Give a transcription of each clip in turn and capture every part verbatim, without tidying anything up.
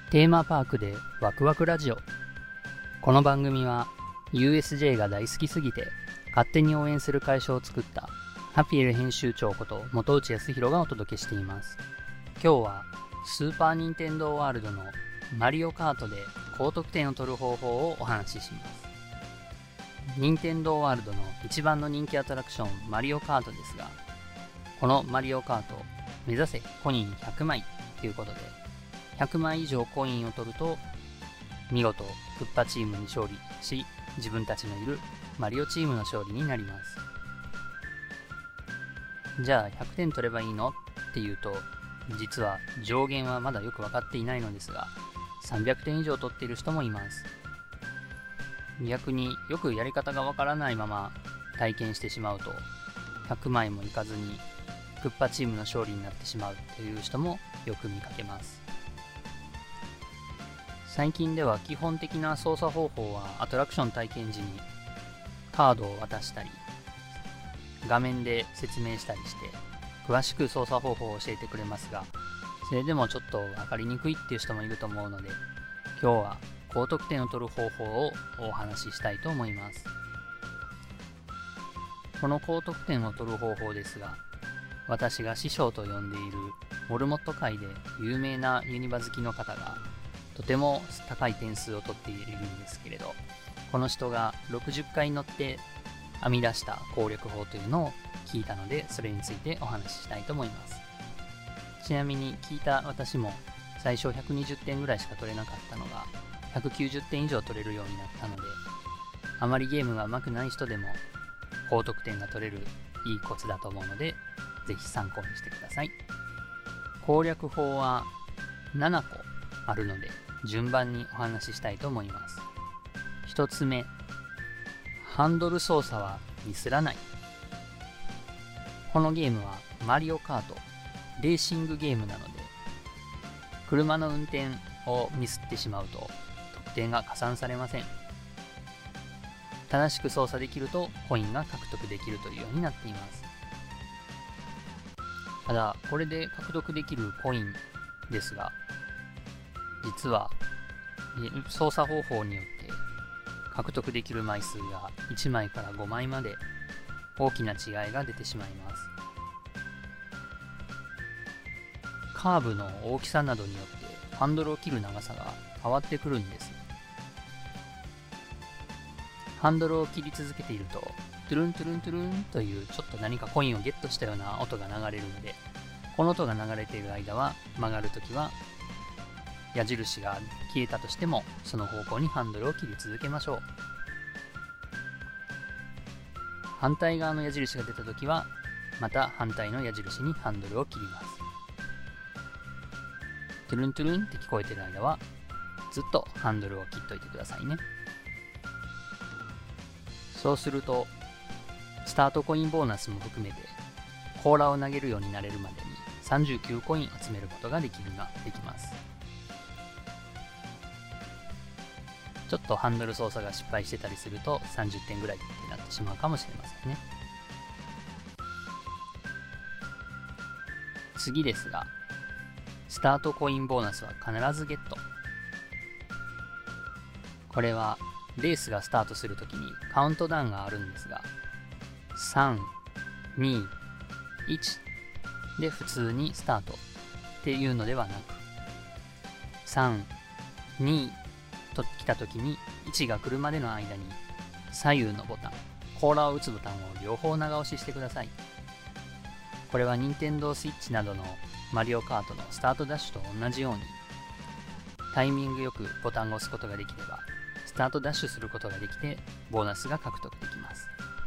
テーマパークでワクワクラジオ。この番組は ユーエスジェー が大好きすぎて勝手に応援する会社を作ったハピエル編集長こと本内康弘がお届けしています。今日はスーパーニンテンドーワールドのマリオカートで高得点を取る方法をお話しします。ニンテンドーワールドの一番の人気アトラクションマリオカートですが、このマリオカート目指せコインひゃくまいということで、ひゃくまい以上コインを取ると見事クッパチームに勝利し、自分たちのいるマリオチームの勝利になります。じゃあひゃくてん取ればいいのっていうと、実は上限はまだよく分かっていないのですが、さんびゃくてん以上取っている人もいます。逆によくやり方が分からないまま体験してしまうと、ひゃくまいもいかずにクッパチームの勝利になってしまうという人もよく見かけます。最近では基本的な操作方法はアトラクション体験時にカードを渡したり画面で説明したりして詳しく操作方法を教えてくれますが、それでもちょっと分かりにくいっていう人もいると思うので、今日は高得点を取る方法をお話ししたいと思います。この高得点を取る方法ですが、私が師匠と呼んでいるモルモット界で有名なユニバ好きの方がとても高い点数を取っているんですけれど、この人がろくじゅっかい乗って編み出した攻略法というのを聞いたので、それについてお話ししたいと思います。ちなみに聞いた私も最初ひゃくにじゅってんぐらいしか取れなかったのがひゃくきゅうじゅってん以上取れるようになったので、あまりゲームが上手くない人でも高得点が取れるいいコツだと思うので、ぜひ参考にしてください。攻略法はななこあるので、順番にお話ししたいと思います。ひとつめ、ハンドル操作はミスらない。このゲームはマリオカート、レーシングゲームなので、車の運転をミスってしまうと得点が加算されません。正しく操作できるとコインが獲得できるというようになっています。ただ、これで獲得できるコインですが、実は操作方法によって獲得できる枚数がいちまいからごまいまで大きな違いが出てしまいます。カーブの大きさなどによってハンドルを切る長さが変わってくるんです。ハンドルを切り続けているとトゥルントゥルントゥルンというちょっと何かコインをゲットしたような音が流れるので、この音が流れている間は曲がるときは矢印が消えたとしてもその方向にハンドルを切り続けましょう。反対側の矢印が出たときはまた反対の矢印にハンドルを切ります。トゥルントゥルンって聞こえている間はずっとハンドルを切っといてくださいね。そうするとスタートコインボーナスも含めて甲羅を投げるようになれるまでにさんじゅうきゅうコイン集めることができるができます。ちょっとハンドル操作が失敗してたりするとさんじゅってんぐらいってなってしまうかもしれませんね。次ですが、スタートコインボーナスは必ずゲット。これはレースがスタートするときにカウントダウンがあるんですが、さん、に、いちで普通にスタートっていうのではなく、さん、にと来たときにいちが来るまでの間に左右のボタン、甲羅を打つボタンを両方長押ししてください。これは任天堂スイッチなどのマリオカートのスタートダッシュと同じように、タイミングよくボタンを押すことができればスタートダッシュすることができてボーナスが獲得できます。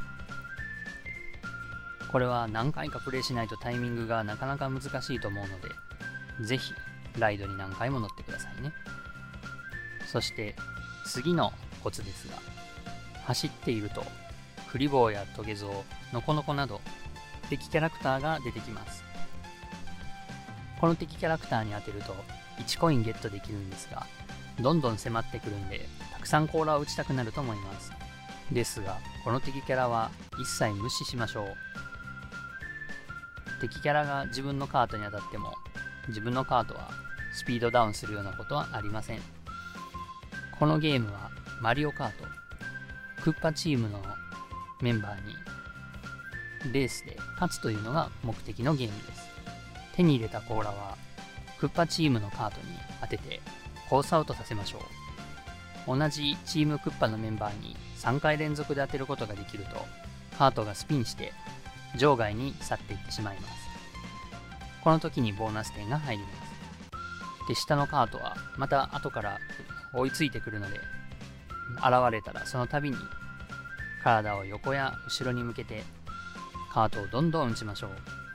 これは何回かプレイしないとタイミングがなかなか難しいと思うので、ぜひライドに何回も乗ってくださいね。そして次のコツですが、走っているとクリボーやトゲゾウ、ノコノコなど敵キャラクターが出てきます。この敵キャラクターに当てるといちコインゲットできるんですが、どんどん迫ってくるんでたくさん甲羅を打ちたくなると思います。ですが、この敵キャラは一切無視しましょう。敵キャラが自分のカートに当たっても自分のカートはスピードダウンするようなことはありません。このゲームはマリオカート、クッパチームのメンバーにレースで勝つというのが目的のゲームです。手に入れた甲羅はクッパチームのカートに当ててコースアウトさせましょう。同じチームクッパのメンバーにさんかい連続で当てることができると、カートがスピンして場外に去っていってしまいます。この時にボーナス点が入ります。で、下のカートはまた後から追いついてくるので、現れたらその度に体を横や後ろに向けてカートをどんどん打ちましょう。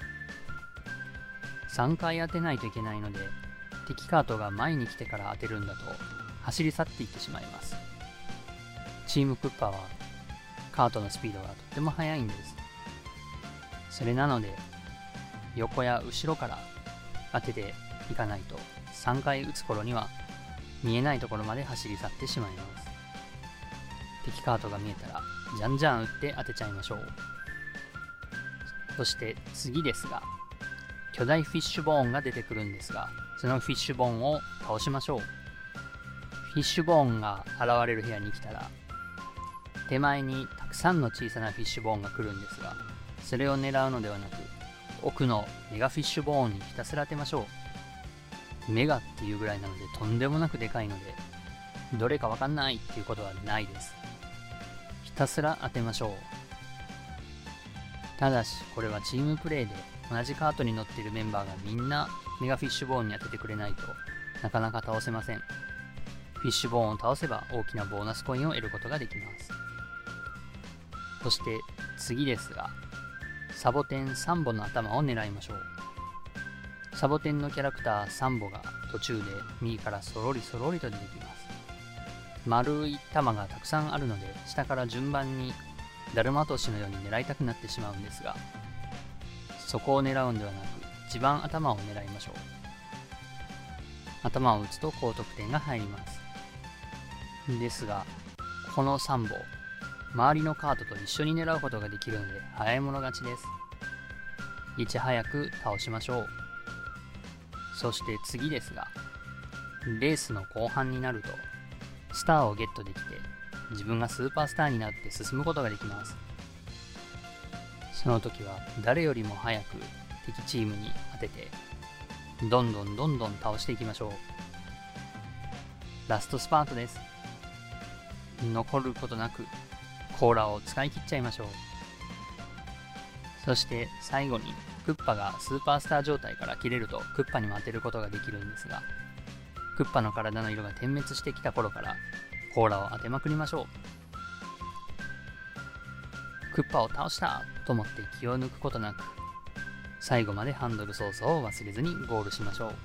さんかい当てないといけないので、敵カートが前に来てから当てるんだと走り去っていってしまいます。チームクッパはカートのスピードがとっても速いんです。それなので横や後ろから当てていかないとさんかい打つ頃には見えないところまで走り去ってしまいます。敵カートが見えたらじゃんじゃん打って当てちゃいましょう。そして次ですが、巨大フィッシュボーンが出てくるんですが、そのフィッシュボーンを倒しましょう。フィッシュボーンが現れる部屋に来たら、手前にたくさんの小さなフィッシュボーンが来るんですが、それを狙うのではなく、奥のメガフィッシュボーンにひたすら当てましょう。メガっていうぐらいなのでとんでもなくでかいので、どれかわかんないっていうことはないです。ひたすら当てましょう。ただし、これはチームプレイで同じカートに乗っているメンバーがみんなメガフィッシュボーンに当ててくれないとなかなか倒せません。フィッシュボーンを倒せば大きなボーナスコインを得ることができます。そして次ですが、サボテンサンボの頭を狙いましょう。サボテンのキャラクターサンボが途中で右からそろりそろりと出てきます。丸い玉がたくさんあるので、下から順番にだるま落としのように狙いたくなってしまうんですが、そこを狙うんではなく一番頭を狙いましょう。頭を打つと高得点が入ります。ですが、このサンボ、周りのカートと一緒に狙うことができるので早い者勝ちです。いち早く倒しましょう。そして次ですが、レースの後半になるとスターをゲットできて、自分がスーパースターになって進むことができます。その時は誰よりも早く敵チームに当てて、どんどんどんどん倒していきましょう。ラストスパートです。残ることなく甲羅を使い切っちゃいましょう。そして最後にクッパがスーパースター状態から切れるとクッパにも当てることができるんですが、クッパの体の色が点滅してきた頃から甲羅を当てまくりましょう。クッパを倒したと思って気を抜くことなく、最後までハンドル操作を忘れずにゴールしましょう。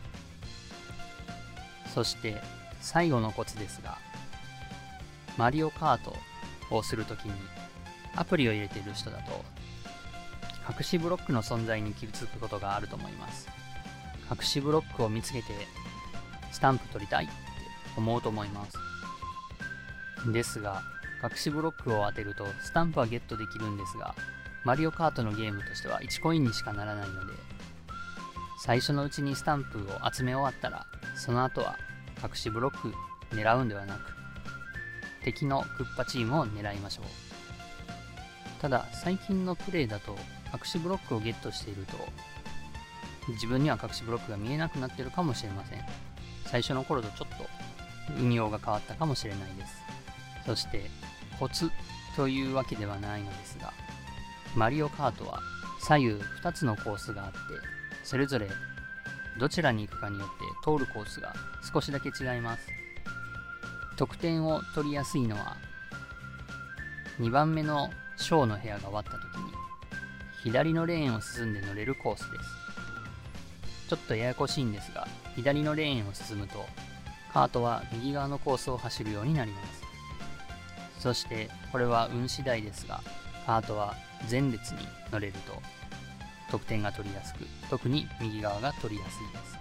そして最後のコツですが、マリオカートをするときにアプリを入れている人だと隠しブロックの存在に気づくことがあると思います。隠しブロックを見つけてスタンプ取りたいって思うと思います。ですが、隠しブロックを当てるとスタンプはゲットできるんですが、マリオカートのゲームとしてはいちコインにしかならないので、最初のうちにスタンプを集め終わったら、その後は隠しブロック狙うんではなく、敵のクッパチームを狙いましょう。ただ、最近のプレイだと隠しブロックをゲットしていると、自分には隠しブロックが見えなくなっているかもしれません。最初の頃とちょっと運用が変わったかもしれないです。そして、コツというわけではないのですが、マリオカートは左右ふたつのコースがあって、それぞれどちらに行くかによって通るコースが少しだけ違います。得点を取りやすいのは、にばんめのショーの部屋が終わった時に左のレーンを進んで乗れるコースです。ちょっとややこしいんですが、左のレーンを進むとカートは右側のコースを走るようになります。そしてこれは運次第ですが、カートは前列に乗れると得点が取りやすく、特に右側が取りやすいです。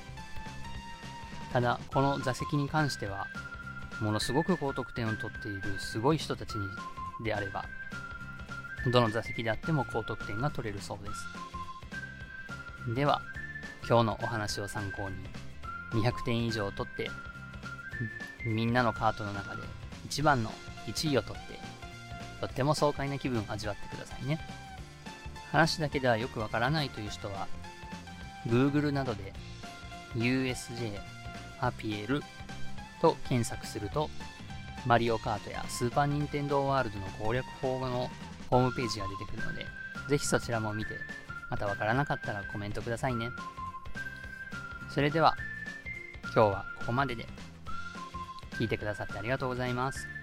ただ、この座席に関してはものすごく高得点を取っているすごい人たちにであれば、どの座席であっても高得点が取れるそうです。では、今日のお話を参考ににひゃくてん以上取って、みんなのカートの中で一番のいちいを取って、とっても爽快な気分を味わってくださいね。話だけではよくわからないという人は、Google などで ユーエスジェー アピエルと検索すると、マリオカートやスーパーニンテンドーワールドの攻略法のホームページが出てくるので、ぜひそちらも見て、またわからなかったらコメントくださいね。それでは、今日はここまでで、聞いてくださってありがとうございます。